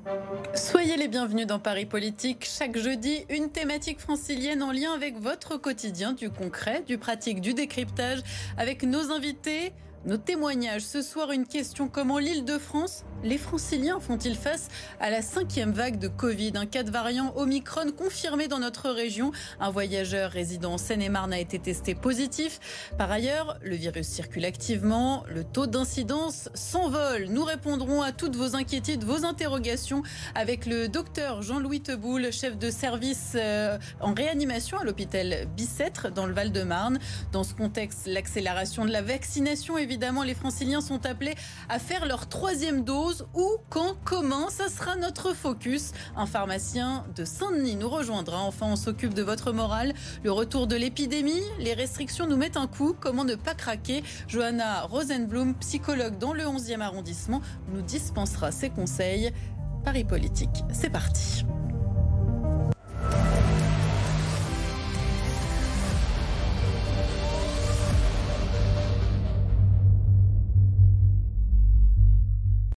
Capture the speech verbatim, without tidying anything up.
Soyez les bienvenus dans Paris Politique. Chaque jeudi, une thématique francilienne en lien avec votre quotidien, du concret, du pratique, du décryptage, avec nos invités, nos témoignages. Ce soir, une question: comment l'Île-de-France, les franciliens font-ils face à la cinquième vague de Covid? Un cas de variant Omicron confirmé dans notre région. Un voyageur résidant en Seine-et-Marne a été testé positif. Par ailleurs, le virus circule activement. Le taux d'incidence s'envole. Nous répondrons à toutes vos inquiétudes, vos interrogations avec le docteur Jean-Louis Teboul, chef de service euh, en réanimation à l'hôpital Bicêtre dans le Val-de-Marne. Dans ce contexte, l'accélération de la vaccination, évidemment, les franciliens sont appelés à faire leur troisième dose. Où, quand, comment, ça sera notre focus. Un pharmacien de Saint-Denis nous rejoindra. Enfin, on s'occupe de votre morale. Le retour de l'épidémie, les restrictions nous mettent un coup. Comment ne pas craquer? Johanna Rosenblum, psychologue dans le onzième arrondissement, nous dispensera ses conseils. Paris Politique, c'est parti.